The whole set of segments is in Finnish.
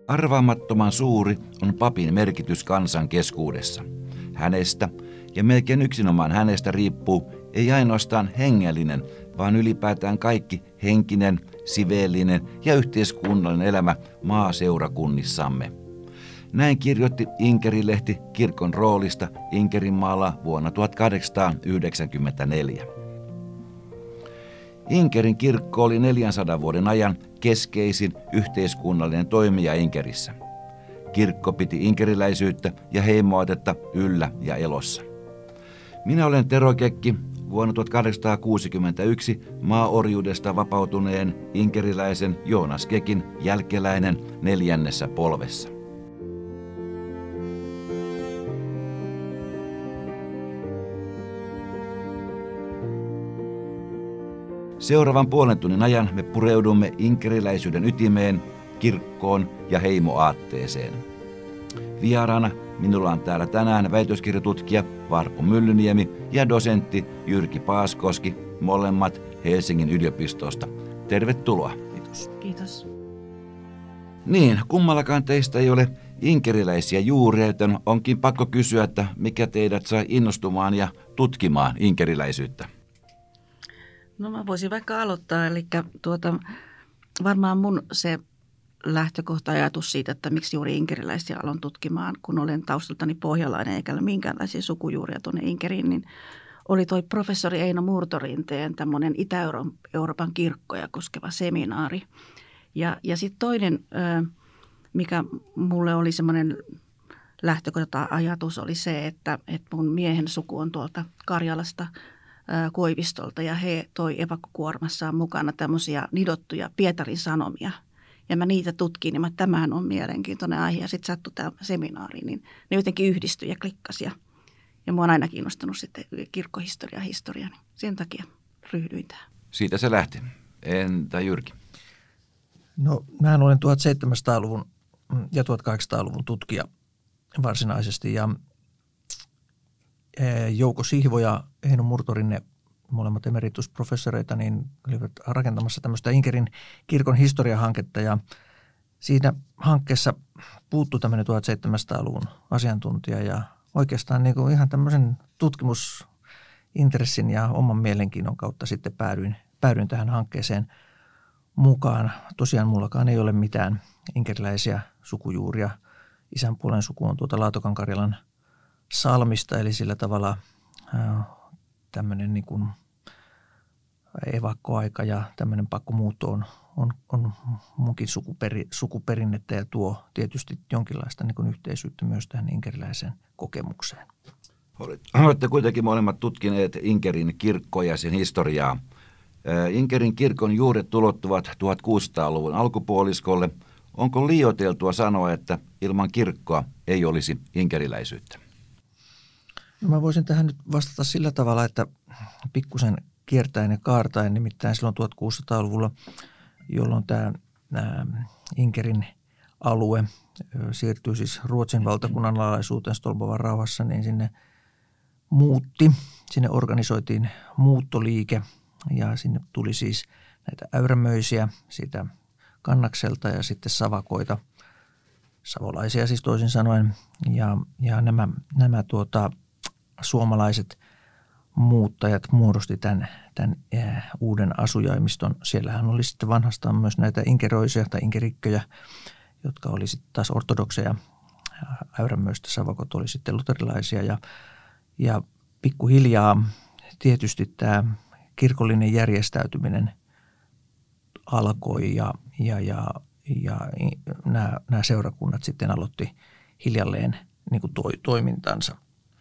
Arvaamattoman suuri on papin merkitys kansan keskuudessa. Hänestä ja melkein yksinomaan hänestä riippuu ei ainoastaan hengellinen, vaan ylipäätään kaikki henkinen, siveellinen ja yhteiskunnallinen elämä maaseurakunnissamme. Näin kirjoitti Inkeri-lehti kirkon roolista Inkerinmaalla vuonna 1894. Inkerin kirkko oli 400 vuoden ajan keskeisin yhteiskunnallinen toimija Inkerissä. Kirkko piti inkeriläisyyttä ja heimoatetta yllä ja elossa. Minä olen Tero Kekki, vuonna 1861 maaorjuudesta vapautuneen inkeriläisen Joonas Kekin jälkeläinen 4. polvessa. Seuraavan puolen tunnin ajan me pureudumme inkeriläisyyden ytimeen, kirkkoon ja heimoaatteeseen. Vieraana minulla on täällä tänään väitöskirjatutkija Varpo Myllyniemi ja dosentti Jyrki Paaskoski, molemmat Helsingin yliopistosta. Tervetuloa. Kiitos. Kiitos. Niin, kummallakaan teistä ei ole inkeriläisiä juuria, joten onkin pakko kysyä, että mikä teidät sai innostumaan ja tutkimaan inkeriläisyyttä? No mä voisin vaikka aloittaa, eli varmaan mun se lähtökohta-ajatus siitä, että miksi juuri inkeriläisiä aloin tutkimaan, kun olen taustaltani pohjalainen eikä ole minkäänlaisia sukujuuria tuonne Inkeriin, niin oli toi professori Eino Murtorinteen tämmöinen Itä-Euroopan kirkkoja koskeva seminaari. Ja sitten toinen, mikä mulle oli semmoinen lähtökohta-ajatus, oli se, että mun miehen suku on tuolta Karjalasta Koivistolta ja he toi evakkokuormassaan mukana tämmöisiä nidottuja Pietarin sanomia. Ja mä niitä tutkin ja tämähän on mielenkiintoinen aihe ja sitten sattui tämä seminaari, niin ne jotenkin yhdistyi ja klikkasi. Ja mua on aina kiinnostunut sitten kirkkohistoria, niin sen takia ryhdyin tähän. Siitä se lähti. Entä Jyrki? No mähän olen 1700-luvun ja 1800-luvun tutkija varsinaisesti ja Jouko Sihvo ja Eino Murtorinne, molemmat emeritusprofessoreita, niin olivat rakentamassa tämmöistä Inkerin kirkon historiahanketta ja siinä hankkeessa puuttui tämmöinen 1700-luvun asiantuntija ja oikeastaan niin kuin ihan tämmöisen tutkimusintressin ja oman mielenkiinnon kautta sitten päädyin tähän hankkeeseen mukaan. Tosiaan mullakaan ei ole mitään inkeriläisiä sukujuuria. Isän puolen suku on tuolta Laatokan-Karjalan Salmista, eli sillä tavalla tämmöinen niin kuin evakkoaika ja tämmöinen pakkomuutto on munkin sukuperinnettä ja tuo tietysti jonkinlaista niin kuin yhteisyyttä myös tähän inkeriläiseen kokemukseen. Olette kuitenkin molemmat tutkineet Inkerin kirkkoa ja sen historiaa. Inkerin kirkon juuret ulottuvat 1600-luvun alkupuoliskolle. Onko liioiteltua sanoa, että ilman kirkkoa ei olisi inkeriläisyyttä? No mä voisin tähän nyt vastata sillä tavalla, että pikkusen kiertäen ja kaartaen, nimittäin silloin 1600-luvulla, jolloin tämä Inkerin alue siirtyi siis Ruotsin valtakunnan alaisuuteen Stolbovan rauhassa, niin sinne organisoitiin muuttoliike ja sinne tuli siis näitä äyrämöisiä siitä Kannakselta ja sitten savakoita, savolaisia siis toisin sanoen ja nämä suomalaiset muuttajat muodosti tämän uuden asujaimiston. Siellähän oli sitten vanhastaan myös näitä inkeroisia tai inkerikköjä, jotka oli sitten taas ortodokseja. Äyrämöistä savakot oli sitten luterilaisia ja pikkuhiljaa tietysti tämä kirkollinen järjestäytyminen alkoi ja nämä seurakunnat sitten aloitti hiljalleen niin kuin toimintansa.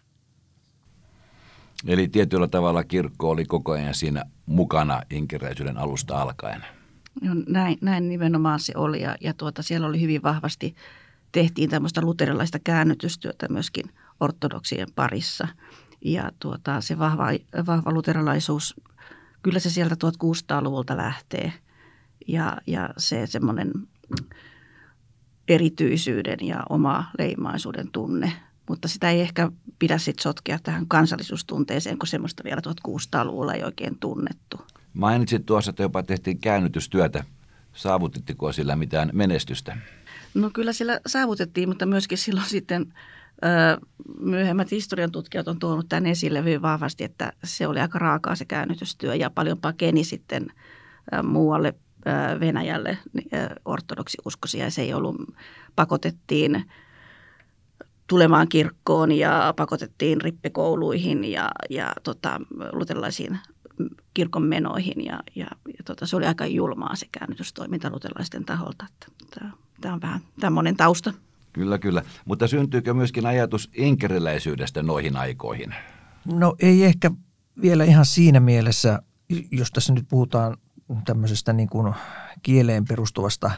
Eli tietyllä tavalla kirkko oli koko ajan siinä mukana inkeriläisyyden alusta alkaen. No, näin nimenomaan se oli ja siellä oli hyvin vahvasti, tehtiin tämmöistä luterilaista käännytystyötä myöskin ortodoksien parissa. Ja se vahva luterilaisuus, kyllä se sieltä 1600-luvulta lähtee ja se semmoinen erityisyyden ja oma leimaisuuden tunne. Mutta sitä ei ehkä pidä sitten sotkea tähän kansallisuustunteeseen, kun semmoista vielä 1600-luvulla ei oikein tunnettu. Mainitsit tuossa, että jopa tehtiin käännytystyötä. Saavutitteko sillä mitään menestystä? No kyllä siellä saavutettiin, mutta myöskin silloin sitten myöhemmät historian tutkijat on tuonut tämän esille hyvin vahvasti, että se oli aika raakaa se käännytystyö ja paljon pakeni sitten muualle Venäjälle ortodoksiuskoisia ja se ei ollut, pakotettiin tulemaan kirkkoon ja pakotettiin rippikouluihin ja luterilaisiin kirkon menoihin ja se oli aika julmaa se käännytystoiminta luterilaisten taholta. Tämä on vähän tämmöinen tausta. Kyllä. Mutta syntyykö myöskin ajatus inkeriläisyydestä noihin aikoihin? No ei ehkä vielä ihan siinä mielessä, jos tässä nyt puhutaan tämmöisestä niin kuin kieleen perustuvasta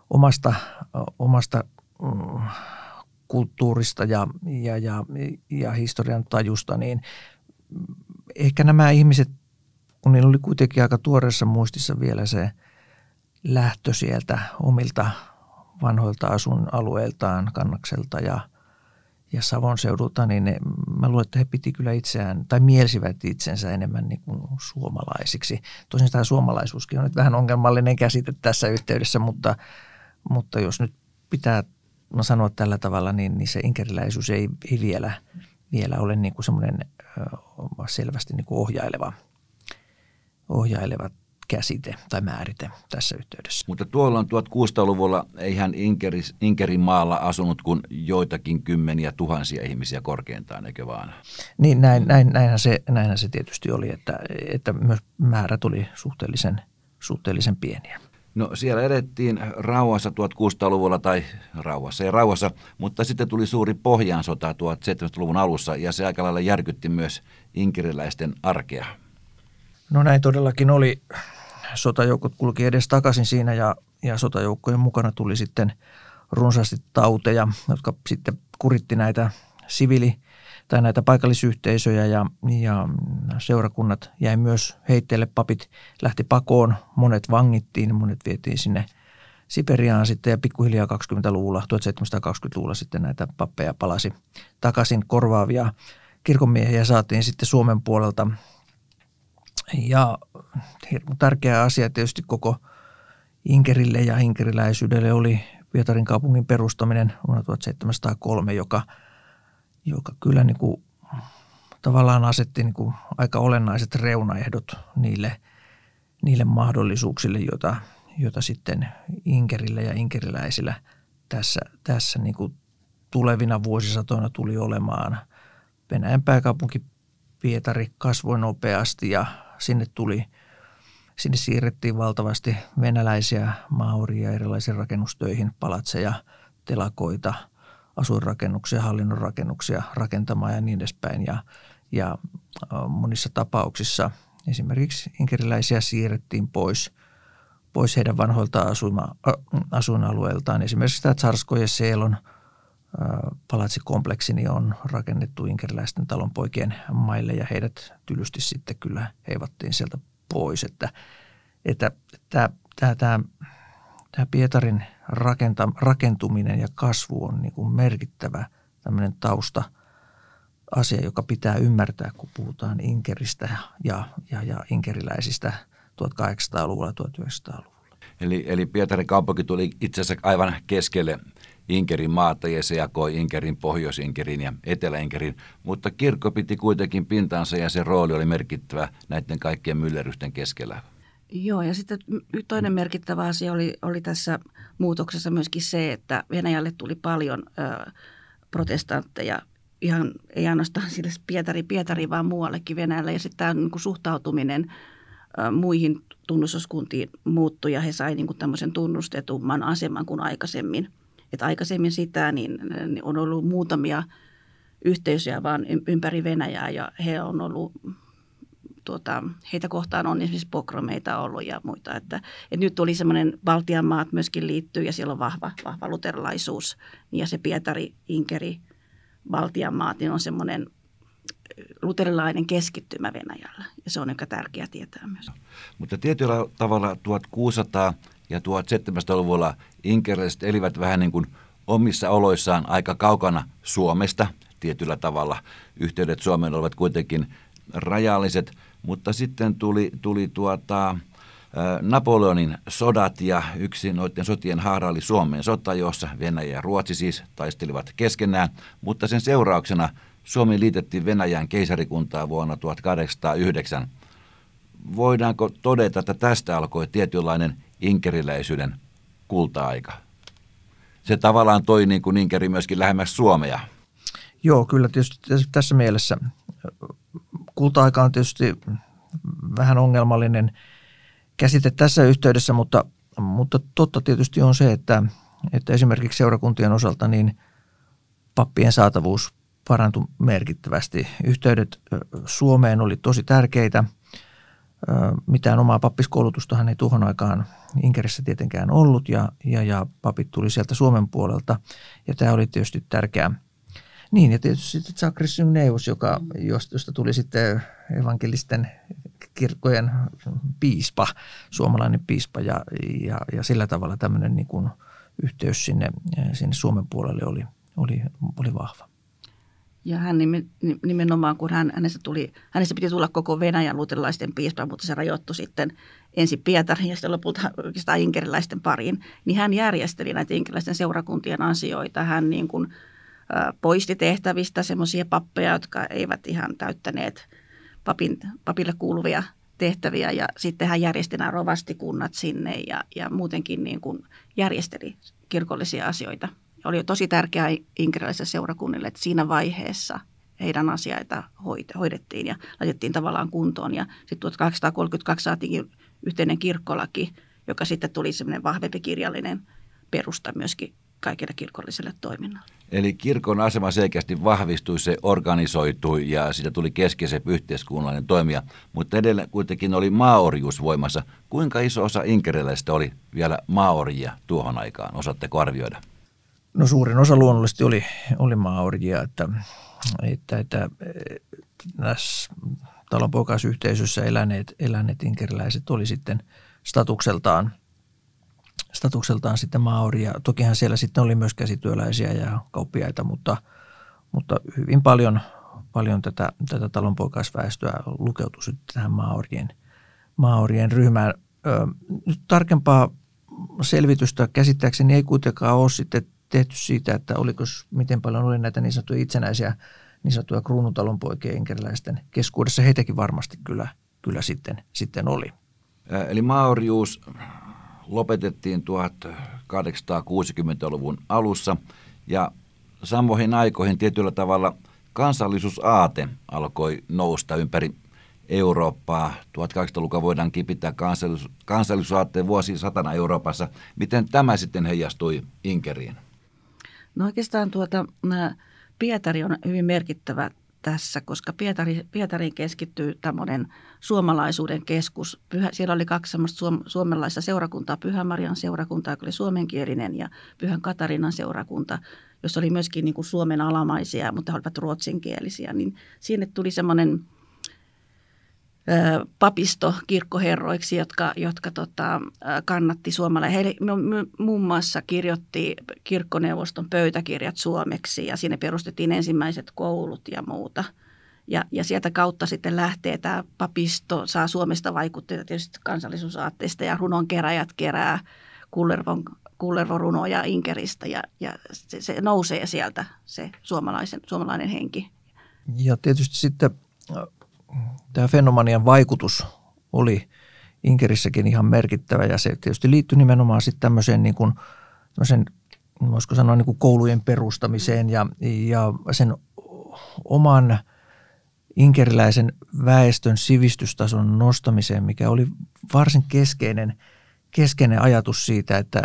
omasta kulttuurista ja historian tajusta, niin ehkä nämä ihmiset, kun niillä oli kuitenkin aika tuoreessa muistissa vielä se lähtö sieltä omilta vanhoilta asuinalueiltaan, Kannakselta ja Savon seudulta, niin mä luulen, että he piti kyllä itseään tai mielsivät itsensä enemmän niin kuin suomalaisiksi. Tosin tämä suomalaisuuskin on nyt vähän ongelmallinen käsite tässä yhteydessä, mutta jos nyt pitää sanoa tällä tavalla, niin se inkeriläisyys ei vielä ole niin kuin semmoinen selvästi niin kuin ohjaileva käsite tai määrite tässä yhteydessä. Mutta tuolla on 1600-luvulla eihän Inkerin maalla asunut kuin joitakin kymmeniä tuhansia ihmisiä korkeintaan, eikö vaan? Niin näinhän se tietysti oli, että myös määrät oli suhteellisen pieniä. No siellä edettiin rauhassa 1600-luvulla tai rauhassa, mutta sitten tuli suuri Pohjansota 1700-luvun alussa ja se aika lailla järkytti myös inkeriläisten arkea. No näin todellakin oli. Sotajoukot kulki edes takaisin siinä ja sotajoukkojen mukana tuli sitten runsaasti tauteja, jotka sitten kuritti näitä tai näitä paikallisyhteisöjä ja seurakunnat jäi myös heitteille, papit lähti pakoon, monet vangittiin, monet vietiin sinne Siperiaan sitten ja pikkuhiljaa 1720-luvulla sitten näitä pappeja palasi takaisin, korvaavia kirkonmiehiä saatiin sitten Suomen puolelta. Ja tärkeä asia tietysti koko Inkerille ja inkeriläisyydelle oli Pietarin kaupungin perustaminen vuonna 1703, joka kyllä niin kuin tavallaan asetti niin kuin aika olennaiset reunaehdot niille mahdollisuuksille, joita sitten Inkerillä ja inkeriläisillä tässä niin kuin tulevina vuosisatoina tuli olemaan. Venäjän pääkaupunki Pietari kasvoi nopeasti ja sinne siirrettiin valtavasti venäläisiä maauria erilaisiin rakennustöihin, palatseja, telakoita, asuinrakennuksia, hallinnon rakennuksia rakentamaan ja niin edespäin. Ja monissa tapauksissa esimerkiksi inkeriläisiä siirrettiin pois heidän vanhoilta asuinalueiltaan. Esimerkiksi tämä Tsarskoje Seelon palatsikompleksi niin on rakennettu inkeriläisten talonpoikien maille ja heidät tylysti sitten kyllä heivattiin sieltä pois. Että tämä Pietarin rakentuminen ja kasvu on niin kuin merkittävä tämmöinen tausta-asia, joka pitää ymmärtää, kun puhutaan Inkeristä ja inkeriläisistä 1800-luvulla, 1900-luvulla. Eli Pietarin kaupunki tuli itse asiassa aivan keskelle Inkerin maata ja se jakoi Inkerin, Pohjois-Inkerin ja Etelä-Inkerin, mutta kirkko piti kuitenkin pintansa ja se rooli oli merkittävä näiden kaikkien myllerrysten keskellä. Joo, ja sitten toinen merkittävä asia oli tässä muutoksessa myöskin se, että Venäjälle tuli paljon protestantteja, ihan ei ainoastaan sille Pietariin, vaan muuallekin Venäjälle. Ja sitten tämä niin kuin suhtautuminen muihin tunnustuskuntiin muuttui ja he sai niin kuin tämmöisen tunnustetumman aseman kuin aikaisemmin. Että aikaisemmin sitä niin on ollut muutamia yhteisöjä vaan ympäri Venäjää ja he on ollut heitä kohtaan on esimerkiksi pogromeita ollut ja muita. Että nyt tuli semmoinen Baltian maat myöskin liittyy ja siellä on vahva luterilaisuus. Ja se Pietari, Inkeri, Baltian maat niin on semmoinen luterilainen keskittymä Venäjällä. Ja se on aika tärkeää tietää myös. Mutta tietyllä tavalla 1600- ja 1700-luvulla inkeriläiset elivät vähän niin kuin omissa oloissaan aika kaukana Suomesta tietyllä tavalla. Yhteydet Suomeen olivat kuitenkin rajalliset. Mutta sitten tuli Napoleonin sodat ja yksi noiden sotien haara oli Suomen sota, jossa Venäjä ja Ruotsi siis taistelivat keskenään, mutta sen seurauksena Suomi liitettiin Venäjän keisarikuntaa vuonna 1809. Voidaanko todeta, että tästä alkoi tietynlainen inkeriläisyyden kulta-aika? Se tavallaan toi niin kuin inkeri myöskin lähemmäs Suomea. Joo, kyllä tietysti tässä mielessä kulta-aika on tietysti vähän ongelmallinen käsite tässä yhteydessä, mutta totta tietysti on se, että esimerkiksi seurakuntien osalta niin pappien saatavuus parantui merkittävästi. Yhteydet Suomeen oli tosi tärkeitä. Mitään omaa pappiskoulutustahan ei tuohon aikaan Inkerissä tietenkään ollut ja papit tuli sieltä Suomen puolelta ja tämä oli tietysti tärkeää. Niin ja tietysti sitten Zacharias Neus, josta tuli sitten evankelisten kirkkojen piispa, suomalainen piispa ja sillä tavalla tämmöinen niin kuin yhteys sinne Suomen puolelle oli vahva. Ja hän nimenomaan, kun hänestä piti tulla koko Venäjän luterilaisten piispa, mutta se rajoittui sitten ensin Pietariin ja sitten lopulta oikeastaan inkeriläisten pariin, niin hän järjesteli näitä inkeriläisten seurakuntien asioita. Hän niin kuin poisti tehtävistä semmoisia pappeja, jotka eivät ihan täyttäneet papille kuuluvia tehtäviä ja sitten hän järjesti nämä rovastikunnat sinne ja muutenkin niin kuin järjesteli kirkollisia asioita. Oli tosi tärkeää inkeriläisille seurakunnille, että siinä vaiheessa heidän asioita hoidettiin ja laitettiin tavallaan kuntoon. Ja sitten 1832 saatiin yhteinen kirkkolaki, joka sitten tuli semmoinen vahvempi kirjallinen perusta myöskin kaikille kirkolliselle toiminnalle. Eli kirkon asema selkeästi vahvistui, se organisoitui ja siitä tuli keskeisempi yhteiskunnallinen toimija, mutta edelleen kuitenkin oli maaorjuus voimassa. Kuinka iso osa inkeriläisistä oli vielä maaorjia tuohon aikaan? Osaatteko arvioida? No suurin osa luonnollisesti oli maaorjia, että näissä talonpoikaisyhteisössä eläneet inkeriläiset oli sitten statukseltaan sitten maaorjia. Tokihan siellä sitten oli myös käsityöläisiä ja kauppiaita, mutta hyvin paljon tätä talonpoikaisväestöä lukeutui sitten tähän maaorjien ryhmään. Nyt tarkempaa selvitystä käsittääkseni ei kuitenkaan ole sitten tehty siitä, että miten paljon oli näitä niin sanottuja itsenäisiä, niin sanottuja kruunutalonpoikia inkeriläisten keskuudessa. Heitäkin varmasti kyllä sitten oli. Eli maaorjuus lopetettiin 1860-luvun alussa ja samoihin aikoihin tietyllä tavalla kansallisuusaate alkoi nousta ympäri Eurooppaa. 1800-lukua voidaankin pitää kansallisuusaatteen vuosisatana Euroopassa. Miten tämä sitten heijastui Inkeriin? No oikeastaan Pietari on hyvin merkittävä tässä, koska Pietariin keskittyy tämmöinen suomalaisuuden keskus. Siellä oli kaksi semmoista suomalaista seurakuntaa, Pyhän Marian seurakunta, joka oli suomenkielinen, ja Pyhän Katarinan seurakunta, jossa oli myöskin niin kuin Suomen alamaisia, mutta he olivat ruotsinkielisiä. Niin sinne tuli semmoinen papisto kirkkoherroiksi, jotka kannatti suomalaisia. He muun muassa kirjoitti kirkkoneuvoston pöytäkirjat suomeksi ja sinne perustettiin ensimmäiset koulut ja muuta. Ja sieltä kautta sitten lähtee tämä papisto, saa Suomesta vaikutteita tietysti kansallisuusaatteista ja runonkeräjät kerää kullervorunoja Inkeristä ja se nousee sieltä se suomalainen henki. Ja tietysti sitten tämä fenomanian vaikutus oli Inkerissäkin ihan merkittävä ja se tietysti liittyi nimenomaan sitten tämmöiseen niin kuin, voisiko sanoa niin kuin koulujen perustamiseen ja sen oman inkeriläisen väestön sivistystason nostamiseen, mikä oli varsin keskeinen ajatus siitä, että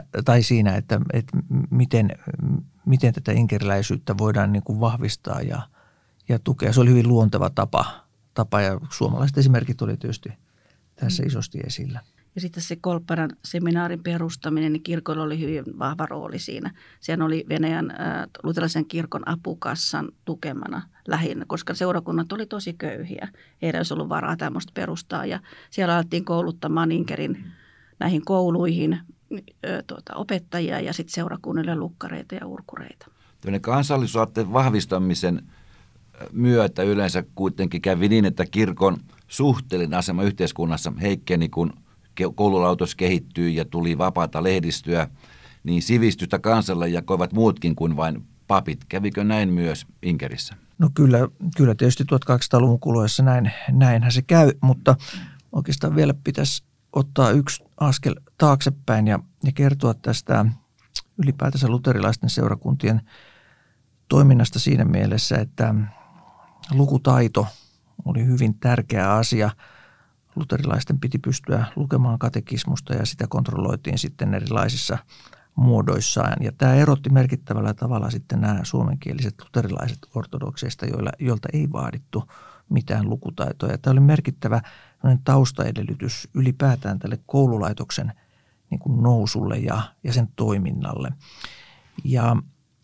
miten tätä inkeriläisyyttä voidaan niin kuin vahvistaa ja tukea. Se oli hyvin luonteva tapa ja suomalaiset esimerkit oli tietysti tässä isosti esillä. Ja sitten se Kolpparan seminaarin perustaminen, niin kirkolla oli hyvin vahva rooli siinä. Sehän oli Venäjän luterilaisen kirkon apukassan tukemana lähinnä, koska seurakunnat oli tosi köyhiä. Heillä olisi ollut varaa tämmöistä perustaa ja siellä alettiin kouluttamaan Inkerin näihin kouluihin opettajia ja sitten seurakunnille lukkareita ja urkureita. Tällainen kansallisuusaatteen vahvistamisen myötä yleensä kuitenkin kävi niin, että kirkon suhteellinen asema yhteiskunnassa heikkeni, kun koululaitos kehittyi ja tuli vapaata lehdistöä, niin sivistystä kansalle jakoivat muutkin kuin vain papit. Kävikö näin myös Inkerissä? No kyllä tietysti 1200-luvun kuluessa näinhän se käy, mutta oikeastaan vielä pitäisi ottaa yksi askel taaksepäin ja kertoa tästä ylipäätänsä luterilaisten seurakuntien toiminnasta siinä mielessä, että lukutaito oli hyvin tärkeä asia. Luterilaisten piti pystyä lukemaan katekismusta ja sitä kontrolloitiin sitten erilaisissa muodoissaan. Ja tämä erotti merkittävällä tavalla sitten nämä suomenkieliset luterilaiset ortodokseista, joilta ei vaadittu mitään lukutaitoa. Ja tämä oli merkittävä taustaedellytys ylipäätään tälle koululaitoksen niin kuin nousulle ja sen toiminnalle. Ja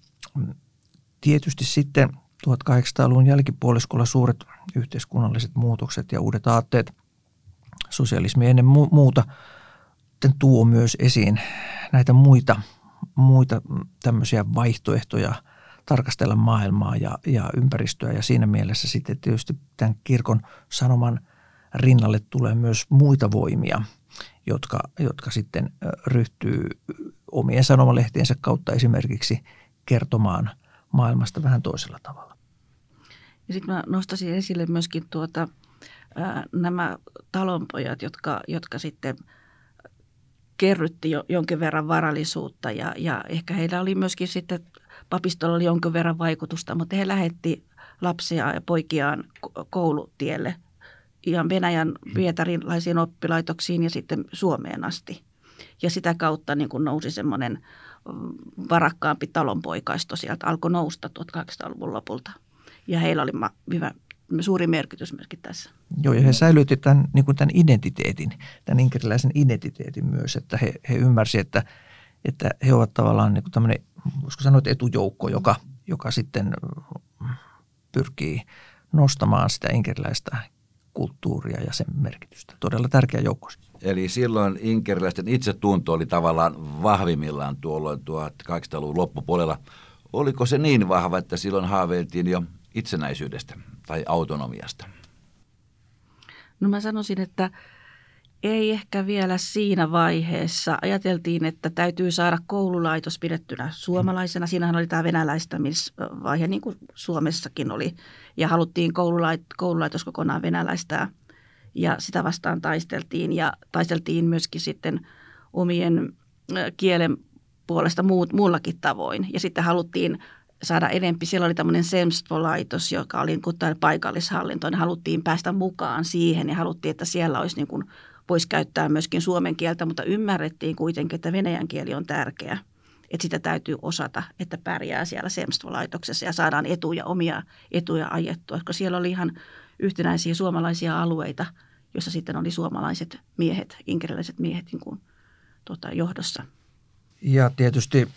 tietysti sitten 1800-luvun jälkipuoliskolla suuret yhteiskunnalliset muutokset ja uudet aatteet, sosialismi ennen muuta, tuo myös esiin näitä muita tämmöisiä vaihtoehtoja tarkastella maailmaa ja ympäristöä. Ja siinä mielessä sitten tietysti tämän kirkon sanoman rinnalle tulee myös muita voimia, jotka sitten ryhtyy omien sanomalehtiensä kautta esimerkiksi kertomaan maailmasta vähän toisella tavalla. Ja sitten mä nostaisin esille myöskin nämä talonpojat, jotka sitten kerrytti jonkin verran varallisuutta ja ehkä heillä oli myöskin sitten papistolla oli jonkin verran vaikutusta, mutta he lähetti lapsia ja poikiaan koulutielle ihan Venäjän pietarilaisiin oppilaitoksiin ja sitten Suomeen asti. Ja sitä kautta niin kun nousi semmoinen varakkaampi talonpoikaisto sieltä, alkoi nousta 1800-luvun lopulta. Ja heillä oli suuri merkitys myöskin tässä. Joo, ja he säilyttivät tämän identiteetin, tämän inkeriläisen identiteetin myös, että he ymmärsivät, että he ovat tavallaan niin kuin tämmöinen, voisiko sanoa, etujoukko, joka sitten pyrkii nostamaan sitä inkeriläistä kulttuuria ja sen merkitystä. Todella tärkeä joukko. Eli silloin inkeriläisten itsetunto oli tavallaan vahvimmillaan tuolloin 1800-luvun loppupuolella. Oliko se niin vahva, että silloin haaveiltiin jo itsenäisyydestä tai autonomiasta? No mä sanoisin, että ei ehkä vielä siinä vaiheessa. Ajateltiin, että täytyy saada koululaitos pidettynä suomalaisena. Siinähän oli tämä venäläistämisvaihe, niin kuin Suomessakin oli. Ja haluttiin koululaitos kokonaan venäläistää. Ja sitä vastaan taisteltiin. Ja taisteltiin myöskin sitten omien kielen puolesta muullakin tavoin. Ja sitten haluttiin saada enempi. Siellä oli tämmöinen Semstvo-laitos, joka oli paikallishallinto. Ja haluttiin päästä mukaan siihen ja haluttiin, että siellä olisi niin kuin voisi käyttää myöskin suomen kieltä, mutta ymmärrettiin kuitenkin, että venäjän kieli on tärkeä. Että sitä täytyy osata, että pärjää siellä Semstvo-laitoksessa ja saadaan omia etuja ajettua. Koska siellä oli ihan yhtenäisiä suomalaisia alueita, joissa sitten oli suomalaiset miehet, inkeriläiset miehet niin kuin, johdossa. Ja tietysti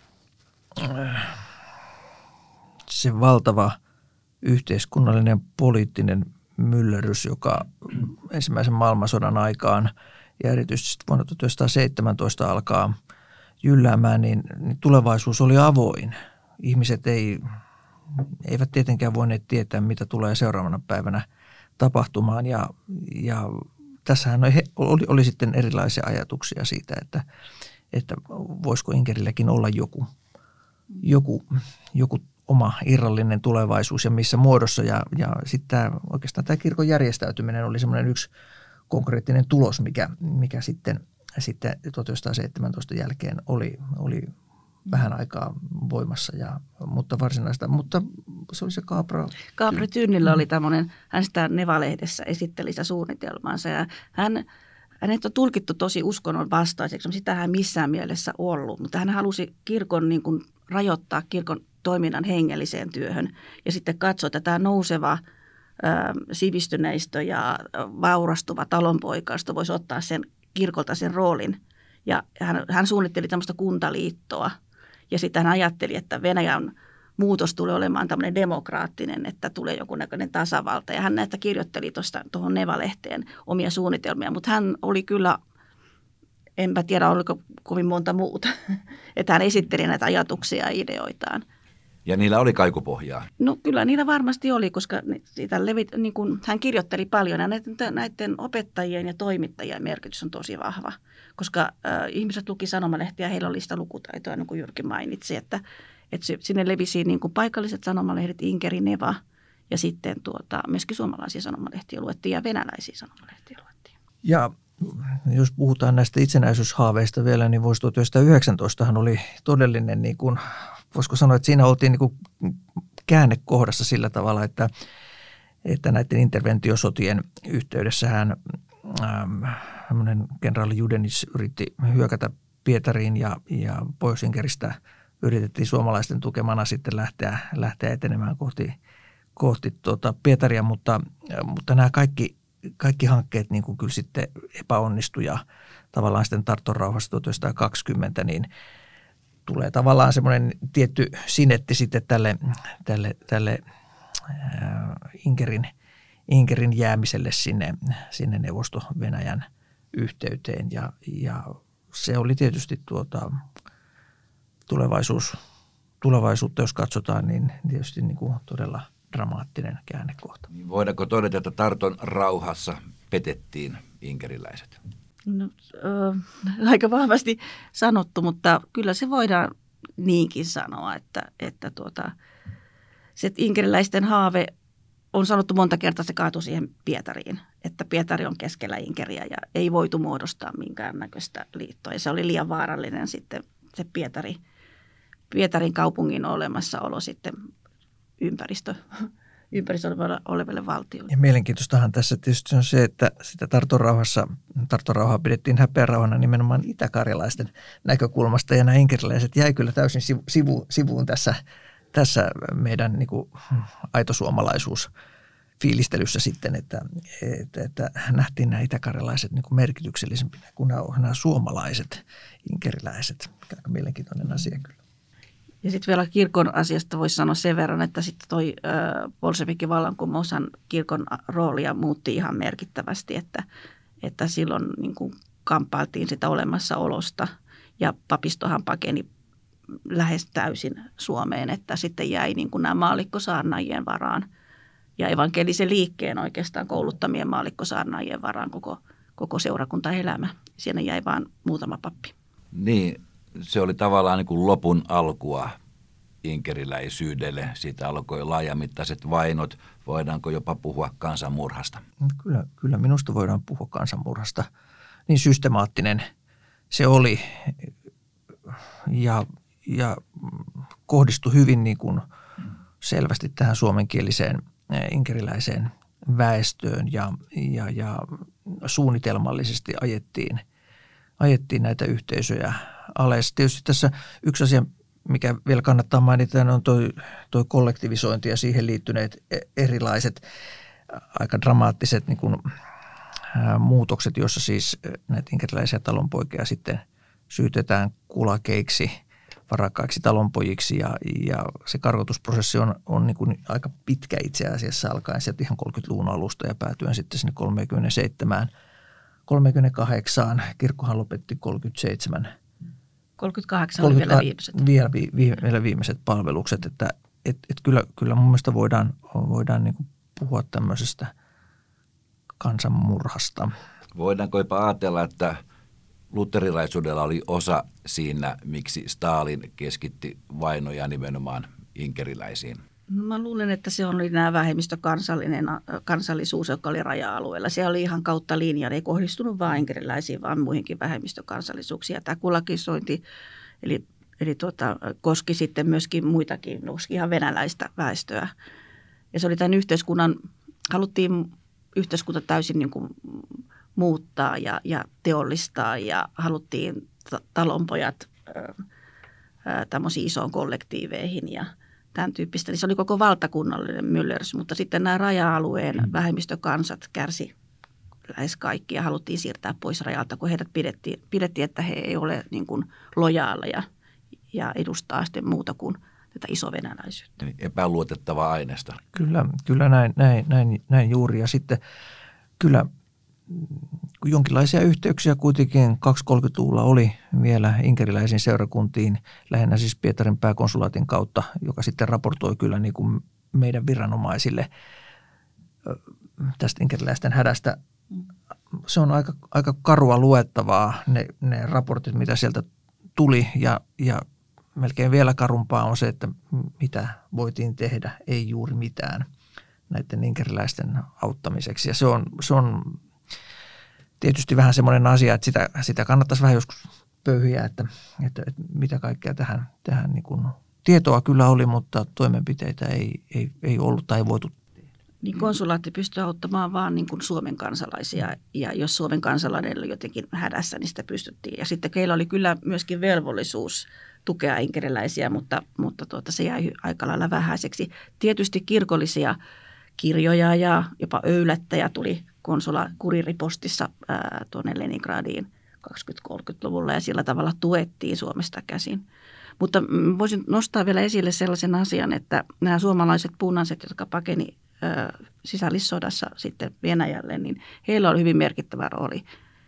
se valtava yhteiskunnallinen poliittinen myllerrys, joka ensimmäisen maailmansodan aikaan ja erityisesti vuonna 1917 alkaa jylläämään, niin tulevaisuus oli avoin. Ihmiset eivät tietenkään voineet tietää, mitä tulee seuraavana päivänä tapahtumaan. Ja tässähän oli sitten erilaisia ajatuksia siitä, että voisiko Inkerilläkin olla joku oma irrallinen tulevaisuus ja missä muodossa. Ja sitten oikeastaan tämä kirkon järjestäytyminen oli semmoinen yksi konkreettinen tulos, mikä sitten 1917 jälkeen oli vähän aikaa voimassa, mutta varsinaista, mutta se oli se Gabriel Tynnillä oli tämmöinen, hän sitä Neva-lehdessä esitteli sitä suunnitelmaansa ja hänet on tulkittu tosi uskonnon vastaiseksi, mutta sitä hän missään mielessä ollut, mutta hän halusi kirkon niin kuin rajoittaa kirkon toiminnan hengelliseen työhön ja sitten katsoa, että tämä nouseva sivistyneistö ja vaurastuva talonpoikaisto voisi ottaa sen kirkolta sen roolin. Ja hän suunnitteli tämmöistä kuntaliittoa ja sitten hän ajatteli, että Venäjän muutos tulee olemaan tämmöinen demokraattinen, että tulee joku näköinen tasavalta. Ja hän näitä kirjoitteli tuohon Neva-lehteen omia suunnitelmia, mutta hän oli kyllä, enpä tiedä oliko kovin monta muuta, että hän esitteli näitä ajatuksia ja ideoitaan. Ja niillä oli kaikupohjaa. No kyllä niillä varmasti oli, koska siitä niin kuin hän kirjoitteli paljon ja näiden opettajien ja toimittajien merkitys on tosi vahva. Koska ihmiset luki sanomalehtiä ja heillä oli sitä lukutaitoa, niin kuin Jyrki mainitsi, että sinne levisi niin kuin paikalliset sanomalehdet, Inkeri, Neva ja sitten myöskin suomalaisia sanomalehtiä luettiin ja venäläisiä sanomalehtiä luettiin. Ja jos puhutaan näistä itsenäisyyshaaveista vielä, niin vuosi 1919 oli todellinen, niin kuin, voisiko sanoa, että siinä oltiin niin kuin käännekohdassa sillä tavalla, että näiden interventiosotien yhteydessähän kenraali Judenich yritti hyökätä Pietariin ja Pohjois-Inkeristä yritettiin suomalaisten tukemana sitten lähteä etenemään kohti Pietaria, mutta nämä kaikki hankkeet niin kuin kyllä sitten epäonnistui ja tavallaan sitten Tarton rauhassa 1920 niin tulee tavallaan semmoinen tietty sinetti sitten tälle Inkerin jäämiselle sinne Neuvosto-Venäjän yhteyteen ja se oli tietysti tulevaisuutta, jos katsotaan, niin tietysti niin kuin todella dramaattinen käännekohta. Voidaanko todeta, että Tarton rauhassa petettiin inkeriläiset? No, aika vahvasti sanottu, mutta kyllä se voidaan niinkin sanoa, että se inkeriläisten haave on sanottu monta kertaa, se kaatui siihen Pietariin, että Pietari on keskellä Inkeriä ja ei voitu muodostaa minkäännäköistä liittoa. Ja se oli liian vaarallinen sitten se Pietarin kaupungin olemassaolo sitten ympäristössä oleville valtioille. Ja mielenkiintoistahan tässä tietysti on se, että sitä Tarton rauhaa pidettiin häpeärauhana nimenomaan itäkarjalaisten näkökulmasta ja nämä inkeriläiset jäi kyllä täysin sivuun tässä meidän niin kuin aitosuomalaisuus fiilistelyssä sitten, että nähtiin nämä itäkarjalaiset niin kuin merkityksellisempinä kuin nämä suomalaiset inkeriläiset. Aika mielenkiintoinen asia kyllä. Ja sitten vielä kirkon asiasta voisi sanoa sen verran, että sitten toi bolshevikin vallankumoushan kirkon roolia muutti ihan merkittävästi, että silloin niin kuin kamppailtiin sitä olemassaolosta ja papistohan pakeni lähes täysin Suomeen, että sitten jäi niin kuin nämä maallikkosaarnaajien varaan ja evankelisen liikkeen oikeastaan kouluttamien maallikkosaarnaajien varaan koko seurakuntaelämä. Siinä jäi vain muutama pappi. Niin, se oli tavallaan niin kuin lopun alkua inkeriläisyydelle. Siitä alkoi laajamittaiset vainot. Voidaanko jopa puhua kansanmurhasta? Kyllä minusta voidaan puhua kansanmurhasta. Niin systemaattinen se oli ja kohdistui hyvin niin kuin selvästi tähän suomenkieliseen inkeriläiseen väestöön ja suunnitelmallisesti ajettiin näitä yhteisöjä alas. Tietysti tässä yksi asia, mikä vielä kannattaa mainita, on toi kollektivisointi ja siihen liittyneet erilaiset aika dramaattiset niin kuin, muutokset, joissa siis näitä inkeriläisiä talonpoikia sitten syytetään kulakeiksi, varakkaiksi talonpojiksi ja se karkotusprosessi on niin kuin aika pitkä itse asiassa alkaen sieltä ihan 30-luvun alusta ja päätyen sitten sinne 38, kirkkohan lopetti 37. 38 oli vielä viimeiset. Vielä viimeiset palvelukset, että kyllä mun mielestä voidaan niin kuin puhua tämmöisestä kansanmurhasta. Voidaanko jopa ajatella, että luterilaisuudella oli osa siinä, miksi Stalin keskitti vainoja nimenomaan inkeriläisiin? No mä luulen, että se oli nämä kansallisuus, joka oli raja-alueella. Se oli ihan kautta linjan, ei kohdistunut vain inkeriläisiin, vaan muihinkin vähemmistökansallisuuksia. Tämä kulakisointi koski sitten myöskin muitakin, koski ihan venäläistä väestöä. Ja se oli tämän haluttiin yhteiskunta täysin niin kuin muuttaa ja teollistaa ja haluttiin talonpojat tämmöisiin isoon kollektiiveihin ja tämän tyyppistä. Niin se oli koko valtakunnallinen myllerrys, mutta sitten nämä raja-alueen vähemmistökansat kärsi lähes kaikki ja haluttiin siirtää pois rajalta, kun heidät pidettiin että he ei ole niin kuin lojaaleja ja edustaa sitten muuta kuin tätä isovenäläisyyttä. Epäluotettavaa aineesta. Kyllä näin juuri ja sitten kyllä jonkinlaisia yhteyksiä kuitenkin 230-luvulla oli vielä inkeriläisiin seurakuntiin, lähinnä siis Pietarin pääkonsulaatin kautta, joka sitten raportoi kyllä niin kuin meidän viranomaisille tästä inkeriläisten hädästä. Se on aika karua luettavaa ne raportit, mitä sieltä tuli ja melkein vielä karumpaa on se, että mitä voitiin tehdä, ei juuri mitään näiden inkeriläisten auttamiseksi. Ja se on tietysti vähän semmoinen asia, että sitä kannattaisi vähän joskus pöyhiä, että mitä kaikkea tähän niin kuin tietoa kyllä oli, mutta toimenpiteitä ei ollut tai ei voitu. Niin konsulaatti pystyy auttamaan vaan niin kuin Suomen kansalaisia, ja jos Suomen kansalainen oli jotenkin hädässä, niin sitä pystyttiin. Ja sitten keillä oli kyllä myöskin velvollisuus tukea inkeriläisiä, mutta se jäi aika lailla vähäiseksi. Tietysti kirkollisia kirjoja ja jopa öylättäjä tuli kuriripostissa tuonne Leningradiin 20-30-luvulla, ja sillä tavalla tuettiin Suomesta käsin. Mutta voisin nostaa vielä esille sellaisen asian, että nämä suomalaiset punaiset, jotka pakeni sisällissodassa sitten Venäjälle, niin heillä oli hyvin merkittävä rooli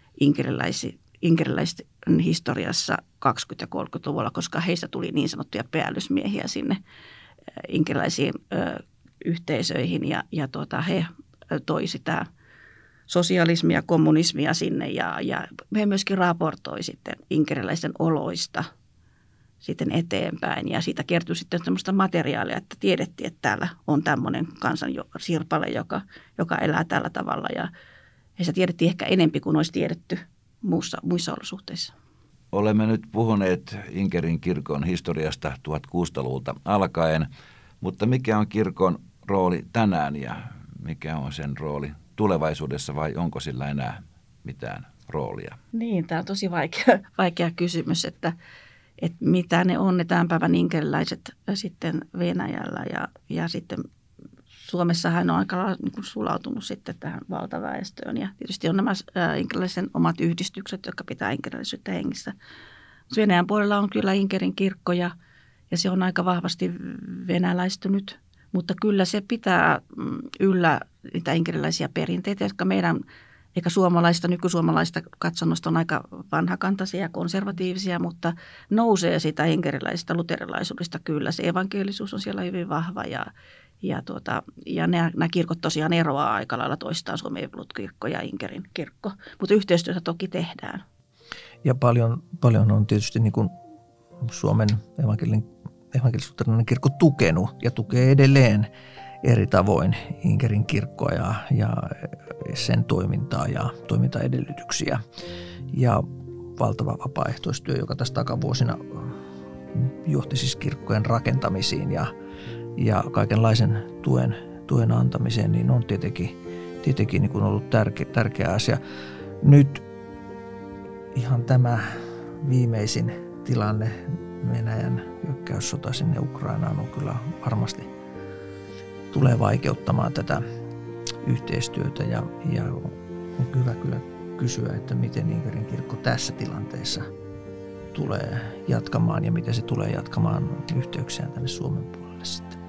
inkeriläisten historiassa 20- ja 30-luvulla, koska heistä tuli niin sanottuja päällysmiehiä sinne inkeriläisiin yhteisöihin ja he toi sitä sosialismia, kommunismia sinne ja he myöskin raportoi sitten inkeriläisten oloista sitten eteenpäin. Ja siitä kertyi sitten semmoista materiaalia, että tiedettiin, että täällä on tämmöinen kansan sirpale, joka elää tällä tavalla. Ja heistä tiedettiin ehkä enempi kuin olisi tiedetty muissa olosuhteissa. Olemme nyt puhuneet Inkerin kirkon historiasta 1600-luvulta alkaen, mutta mikä on kirkon rooli tänään ja mikä on sen rooli tulevaisuudessa vai onko sillä enää mitään roolia? Niin, tämä on tosi vaikea kysymys, että mitä ne on ne tämän päivän inkeriläiset sitten Venäjällä ja sitten Suomessahan on aika lailla niin kuin sulautunut sitten tähän valtaväestöön ja tietysti on nämä inkeriläisen omat yhdistykset, jotka pitää inkeriläisyyttä hengissä. Venäjän puolella on kyllä Inkerin kirkko ja se on aika vahvasti venäläistynyt, mutta kyllä se pitää yllä niitä inkeriläisiä perinteitä, jotka meidän eikä nykysuomalaista katsonnosta on aika vanhakantaisia ja konservatiivisia, mutta nousee sitä inkeriläisestä luterilaisuudesta kyllä. Se evankelisuus on siellä hyvin vahva ja nämä kirkot tosiaan eroaa aika lailla toistaan, Suomen evankelikirkko ja Inkerin kirkko, mutta yhteistyötä toki tehdään. Ja paljon on tietysti niin kuin Suomen evankelis-luterilainen kirkko tukenut ja tukee edelleen eri tavoin Inkerin kirkkoa ja sen toimintaa ja toimintaedellytyksiä. Ja valtava vapaaehtoistyö, joka tässä takavuosina johti siis kirkkojen rakentamisiin ja kaikenlaisen tuen antamiseen, niin on tietenkin niin kuin ollut tärkeä asia. Nyt ihan tämä viimeisin tilanne, Venäjän hyökkäyssota sinne Ukrainaan on kyllä varmasti tulee vaikeuttamaan tätä yhteistyötä ja on hyvä kyllä kysyä, että miten Inkerin kirkko tässä tilanteessa tulee jatkamaan ja miten se tulee jatkamaan yhteyksiään tänne Suomen puolelle sitten.